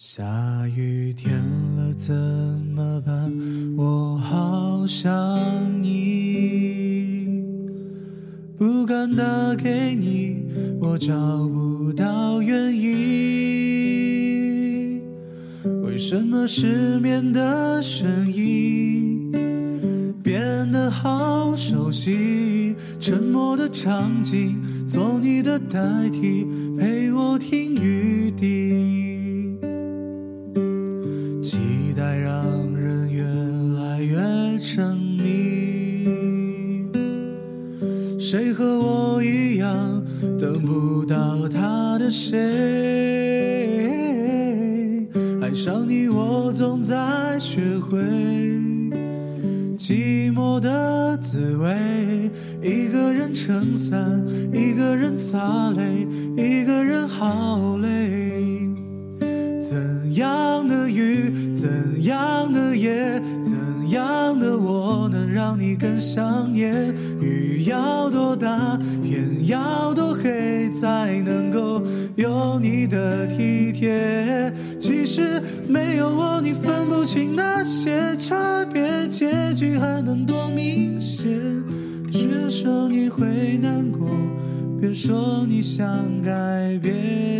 下雨天了怎么办？我好想你，不敢打给你，我找不到原因。为什么失眠的声音变得好熟悉？沉默的场景，做你的代替，陪我听雨滴。期待让人越来越沉迷，谁和我一样等不到他的谁？爱上你我总在学会寂寞的滋味，一个人撑伞，一个人擦泪，一个人好累。怎样的雨，怎样的夜，怎样的我能让你更想念？雨要多大，天要多黑，才能够有你的体贴？其实没有我你分不清那些差别，结局还能多明显？别说你会难过，别说你想改变。